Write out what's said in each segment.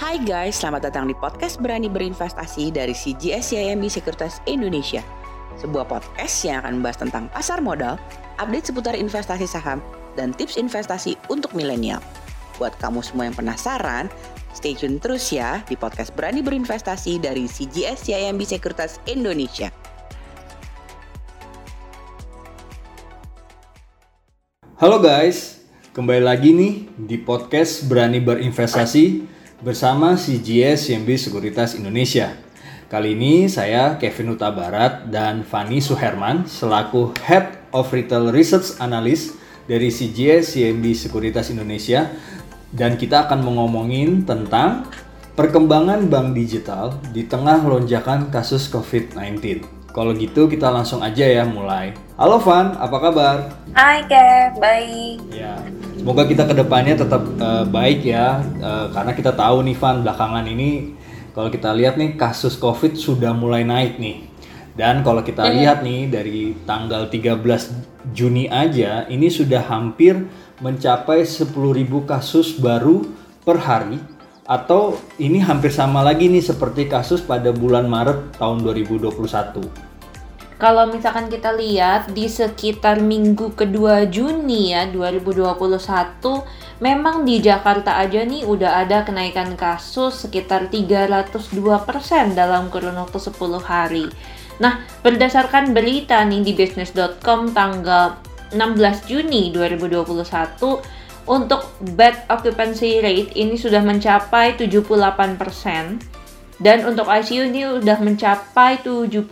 Hai guys, selamat datang di podcast Berani Berinvestasi dari CGS CIMB Sekuritas Indonesia. Sebuah podcast yang akan membahas tentang pasar modal, update seputar investasi saham, dan tips investasi untuk milenial. Buat kamu semua yang penasaran, stay tune terus ya di podcast Berani Berinvestasi dari CGS CIMB Sekuritas Indonesia. Halo guys, kembali lagi nih di podcast Berani Berinvestasi bersama CGS CIMB Sekuritas Indonesia. Kali ini saya Kevin Huta Barat dan Fani Suherman selaku Head of Retail Research Analyst dari CGS CIMB Sekuritas Indonesia, dan kita akan ngomongin tentang perkembangan bank digital di tengah lonjakan kasus COVID-19. Kalau gitu kita langsung aja ya mulai. Halo Van, apa kabar? Hai Kev, baik. Ya, semoga kita kedepannya tetap baik ya, karena kita tahu nih Van, belakangan ini kalau kita lihat nih kasus COVID sudah mulai naik nih. Dan kalau kita lihat nih dari tanggal 13 Juni aja ini sudah hampir mencapai 10.000 kasus baru per hari, atau ini hampir sama lagi nih seperti kasus pada bulan Maret tahun 2021. Kalau misalkan kita lihat di sekitar minggu kedua Juni ya 2021, memang di Jakarta aja nih udah ada kenaikan kasus sekitar 302% dalam kurun waktu 10 hari. Nah, berdasarkan berita nih di business.com tanggal 16 Juni 2021, untuk bed occupancy rate ini sudah mencapai 78%. Dan untuk ICU ini udah mencapai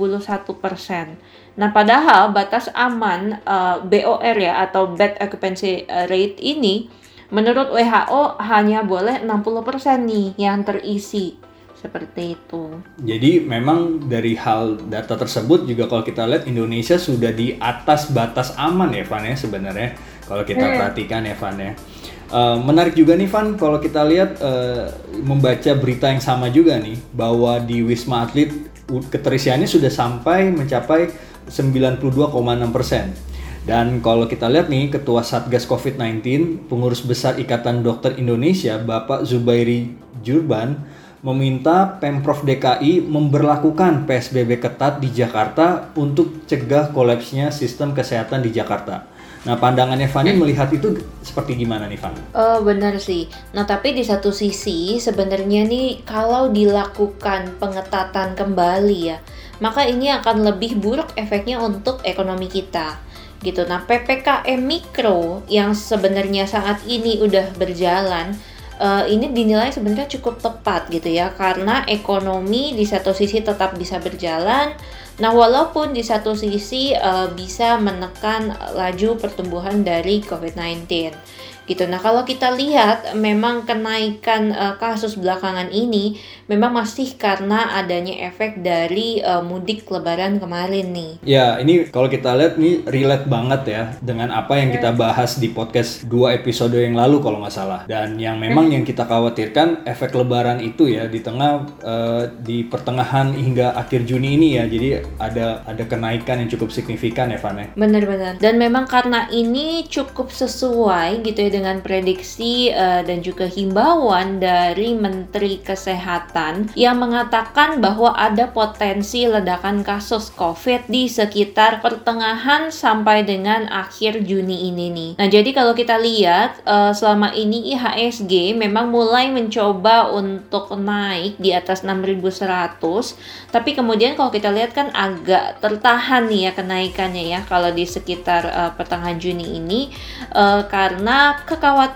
71%. Nah, padahal batas aman BOR ya atau bed occupancy rate ini menurut WHO hanya boleh 60% nih yang terisi. Seperti itu. Jadi memang dari hal data tersebut juga kalau kita lihat Indonesia sudah di atas batas aman ya Van ya sebenarnya. Kalau kita perhatikan ya Van ya. Menarik juga nih Van, kalau kita lihat membaca berita yang sama juga nih, bahwa di Wisma Atlet keterisiannya sudah sampai mencapai 92,6%. Dan kalau kita lihat nih, Ketua Satgas COVID-19, Pengurus Besar Ikatan Dokter Indonesia, Bapak Zubairi Jurban, meminta Pemprov DKI memberlakukan PSBB ketat di Jakarta untuk cegah kolapsnya sistem kesehatan di Jakarta. Nah, pandangannya Fani melihat itu seperti gimana nih, Fani? Benar sih. Nah, tapi di satu sisi sebenarnya nih kalau dilakukan pengetatan kembali ya, maka ini akan lebih buruk efeknya untuk ekonomi kita. Gitu. Nah, PPKM mikro yang sebenarnya saat ini udah berjalan, ini dinilai sebenarnya cukup tepat gitu ya, karena ekonomi di satu sisi tetap bisa berjalan. Nah, walaupun di satu sisi bisa menekan laju pertumbuhan dari COVID-19 gitu. Nah, kalau kita lihat memang kenaikan kasus belakangan ini memang masih karena adanya efek dari mudik lebaran kemarin nih. Ya, ini kalau kita lihat nih relate banget ya dengan apa yang kita bahas di podcast 2 episode yang lalu kalau nggak salah. Dan yang memang yang kita khawatirkan efek lebaran itu ya di tengah di pertengahan hingga akhir Juni ini ya. Jadi ada kenaikan yang cukup signifikan ya Van ya. Benar-benar. Dan memang karena ini cukup sesuai gitu ya dengan prediksi dan juga himbauan dari Menteri Kesehatan yang mengatakan bahwa ada potensi ledakan kasus COVID di sekitar pertengahan sampai dengan akhir Juni ini nih. Nah, jadi kalau kita lihat selama ini IHSG memang mulai mencoba untuk naik di atas 6.100, tapi kemudian kalau kita lihat kan agak tertahan nih ya kenaikannya ya kalau di sekitar pertengahan Juni ini karena kekhawatiran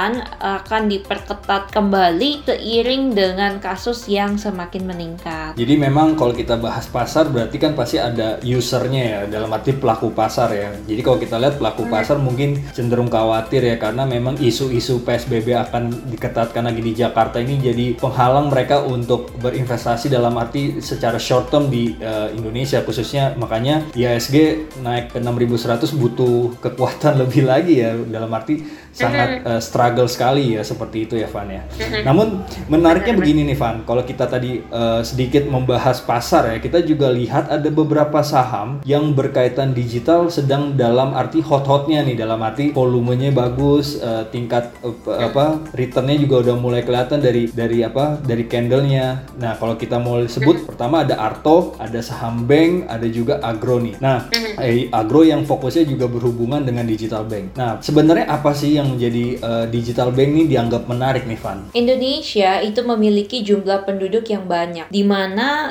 akan diperketat kembali seiring dengan kasus yang semakin meningkat. Jadi memang kalau kita bahas pasar berarti kan pasti ada usernya ya, dalam arti pelaku pasar ya. Jadi kalau kita lihat pelaku pasar mungkin cenderung khawatir ya, karena memang isu-isu PSBB akan diketatkan lagi di Jakarta ini jadi penghalang mereka untuk berinvestasi dalam arti secara short term di Indonesia khususnya, makanya IHSG naik ke 6.100 butuh kekuatan lebih lagi ya, dalam arti sangat struggle sekali ya, seperti itu ya Van ya. Namun menariknya begini nih Van, kalau kita tadi sedikit membahas pasar ya, kita juga lihat ada beberapa saham yang berkaitan digital sedang dalam arti hot-hotnya nih, dalam arti volumenya bagus, tingkat returnnya juga udah mulai kelihatan dari candlenya. Nah kalau kita mau sebut, pertama ada Arto, ada saham bank, ada juga Agro nih. Nah Agro yang fokusnya juga berhubungan dengan digital bank. Nah sebenarnya apa sih yang menjadi digital bank ini dianggap menarik nih Van? Indonesia itu memiliki jumlah penduduk yang banyak, di mana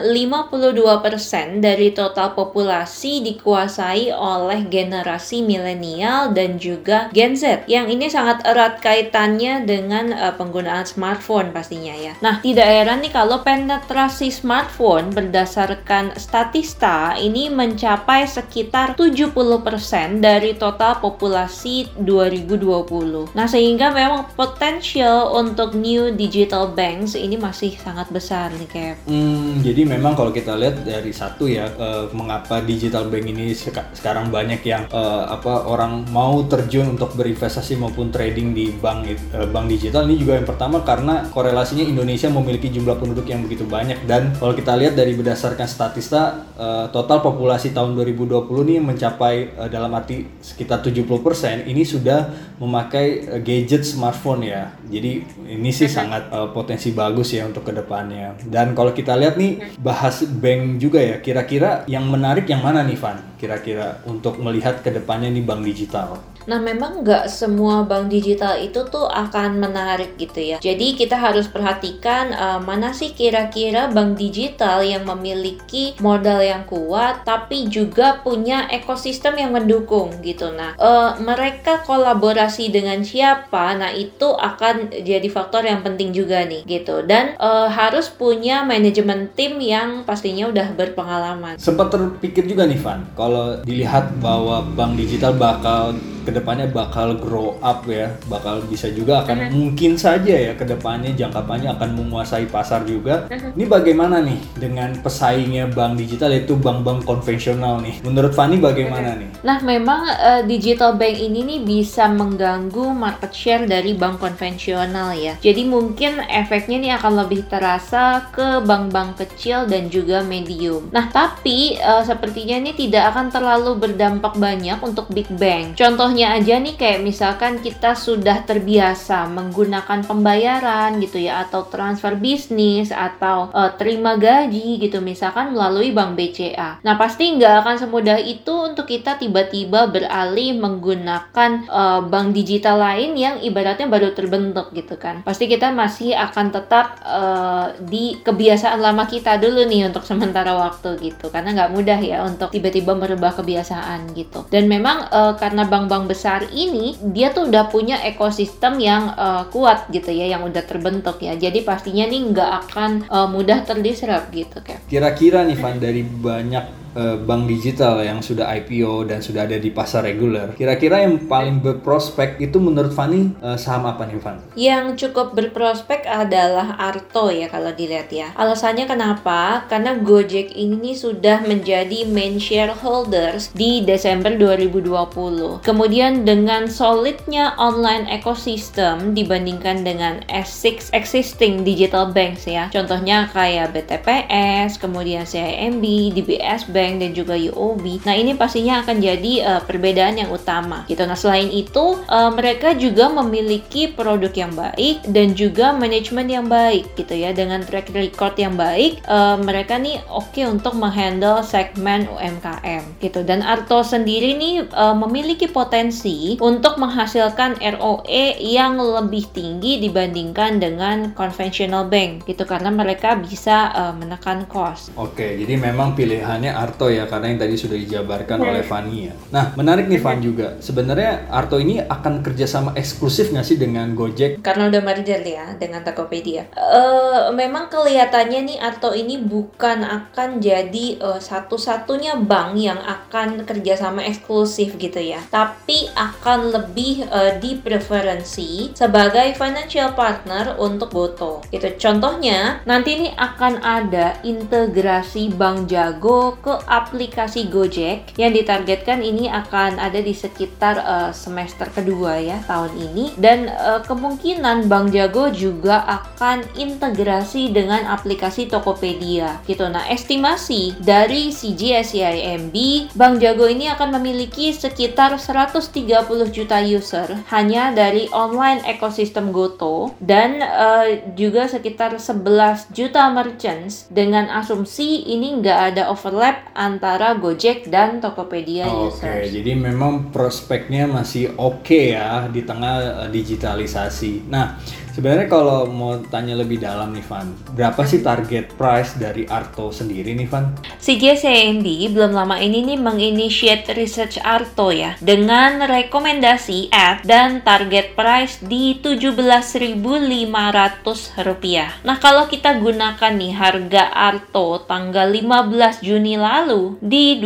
52% dari total populasi dikuasai oleh generasi milenial dan juga Gen Z, yang ini sangat erat kaitannya dengan penggunaan smartphone pastinya ya. Nah, tidak heran nih kalau penetrasi smartphone berdasarkan Statista ini mencapai sekitar 70% dari total populasi 2020. Nah, sehingga memang potensial untuk new digital banks ini masih sangat besar nih, Kev. Jadi memang kalau kita lihat dari satu ya, mengapa digital bank ini sekarang banyak yang orang mau terjun untuk berinvestasi maupun trading di bank digital ini juga yang pertama karena korelasinya Indonesia memiliki jumlah penduduk yang begitu banyak, dan kalau kita lihat dari berdasarkan Statista total populasi tahun 2020 ini mencapai dalam arti sekitar 70% ini sudah memakai gadget smartphone ya. Jadi ini sih sangat potensi bagus ya untuk kedepannya. Dan kalau kita lihat nih, bahas bank juga ya, kira-kira yang menarik yang mana nih Van? Kira-kira untuk melihat kedepannya nih bank digital. Nah, memang nggak semua bank digital itu tuh akan menarik gitu ya. Jadi kita harus perhatikan mana sih kira-kira bank digital yang memiliki modal yang kuat tapi juga punya ekosistem yang mendukung gitu. Nah, mereka kolaborasi dengan siapa? Nah, itu akan jadi faktor yang penting juga nih gitu. Dan harus punya manajemen tim yang pastinya udah berpengalaman. Sempat terpikir juga nih Van, kalau dilihat bahwa bank digital kedepannya bakal grow up ya, bakal bisa juga akan mungkin saja ya kedepannya jangka panjang akan menguasai pasar juga. Ini bagaimana nih dengan pesaingnya bank digital, yaitu bank-bank konvensional nih? Menurut Fanny bagaimana nih? Nah, memang digital bank ini nih bisa mengganggu market share dari bank konvensional ya. Jadi mungkin efeknya nih akan lebih terasa ke bank-bank kecil dan juga medium. Nah, tapi sepertinya ini tidak akan terlalu berdampak banyak untuk big bank. Contohnya aja nih kayak misalkan kita sudah terbiasa menggunakan pembayaran gitu ya, atau transfer bisnis atau terima gaji gitu misalkan melalui bank BCA. Nah, pasti nggak akan semudah itu untuk kita tiba-tiba beralih menggunakan bank digital lain yang ibaratnya baru terbentuk gitu kan. Pasti kita masih akan tetap di kebiasaan lama kita dulu nih untuk sementara waktu gitu, karena nggak mudah ya untuk tiba-tiba merubah kebiasaan gitu. Dan memang karena bank-bank besar ini dia tuh udah punya ekosistem yang kuat gitu ya, yang udah terbentuk ya. Jadi pastinya nih nggak akan mudah terdisrupt gitu kan. Kira-kira nih Van, dari banyak bank digital yang sudah IPO dan sudah ada di pasar reguler, kira-kira yang paling berprospek itu menurut Fanny saham apa nih Van? Yang cukup berprospek adalah Arto ya kalau dilihat ya. Alasannya kenapa? Karena Gojek ini sudah menjadi main shareholders di Desember 2020. Kemudian dengan solidnya online ecosystem dibandingkan dengan existing digital banks ya. Contohnya kayak BTPS, kemudian CIMB, DBS Bank, dan juga UOB. Nah, ini pastinya akan jadi perbedaan yang utama gitu. Nah, selain itu mereka juga memiliki produk yang baik dan juga manajemen yang baik gitu ya. Dengan track record yang baik, mereka nih oke untuk menghandle segmen UMKM gitu. Dan Arto sendiri nih memiliki potensi untuk menghasilkan ROE yang lebih tinggi dibandingkan dengan conventional bank gitu, karena mereka bisa menekan cost. Oke, jadi memang pilihannya Arto ya, karena yang tadi sudah dijabarkan oleh Fanny ya. Nah, menarik nih Van juga. Sebenarnya Arto ini akan kerjasama eksklusif nggak sih dengan Gojek? Karena udah merger ya dengan Tokopedia. Memang kelihatannya nih Arto ini bukan akan jadi satu-satunya bank yang akan kerjasama eksklusif gitu ya. Tapi akan lebih dipreferensi sebagai financial partner untuk Boto. Gitu. Contohnya, nanti nih akan ada integrasi Bank Jago ke aplikasi Gojek yang ditargetkan ini akan ada di sekitar semester kedua ya tahun ini, dan kemungkinan Bank Jago juga akan integrasi dengan aplikasi Tokopedia gitu. Nah, estimasi dari CGSCIMB, Bank Jago ini akan memiliki sekitar 130 juta user hanya dari online ekosistem GoTo, dan juga sekitar 11 juta merchants, dengan asumsi ini nggak ada overlap antara Gojek dan Tokopedia users. Oke, jadi memang prospeknya masih oke ya di tengah digitalisasi. Nah, sebenarnya kalau mau tanya lebih dalam nih Van, berapa sih target price dari Arto sendiri nih Van? CGSCIMB belum lama ini nih menginitiate research Arto ya, dengan rekomendasi ad dan target price di Rp17.500. Nah, kalau kita gunakan nih harga Arto tanggal 15 Juni lalu di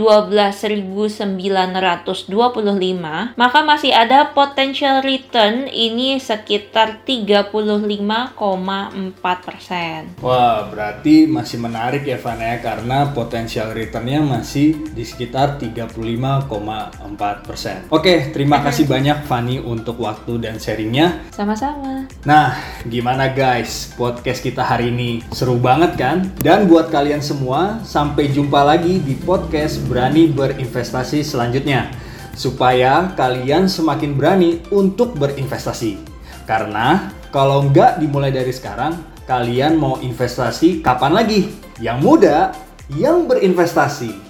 Rp12.925, maka masih ada potential return ini sekitar 35,4%. Wah, berarti masih menarik ya Van ya, karena potensial returnnya masih di sekitar 35,4%. Oke, terima kasih banyak Fanny untuk waktu dan sharingnya. Sama-sama. Nah, gimana guys? Podcast kita hari ini seru banget kan? Dan buat kalian semua, sampai jumpa lagi di podcast Berani Berinvestasi selanjutnya, supaya kalian semakin berani untuk berinvestasi. Karena kalau nggak dimulai dari sekarang, kalian mau investasi kapan lagi? Yang muda, yang berinvestasi.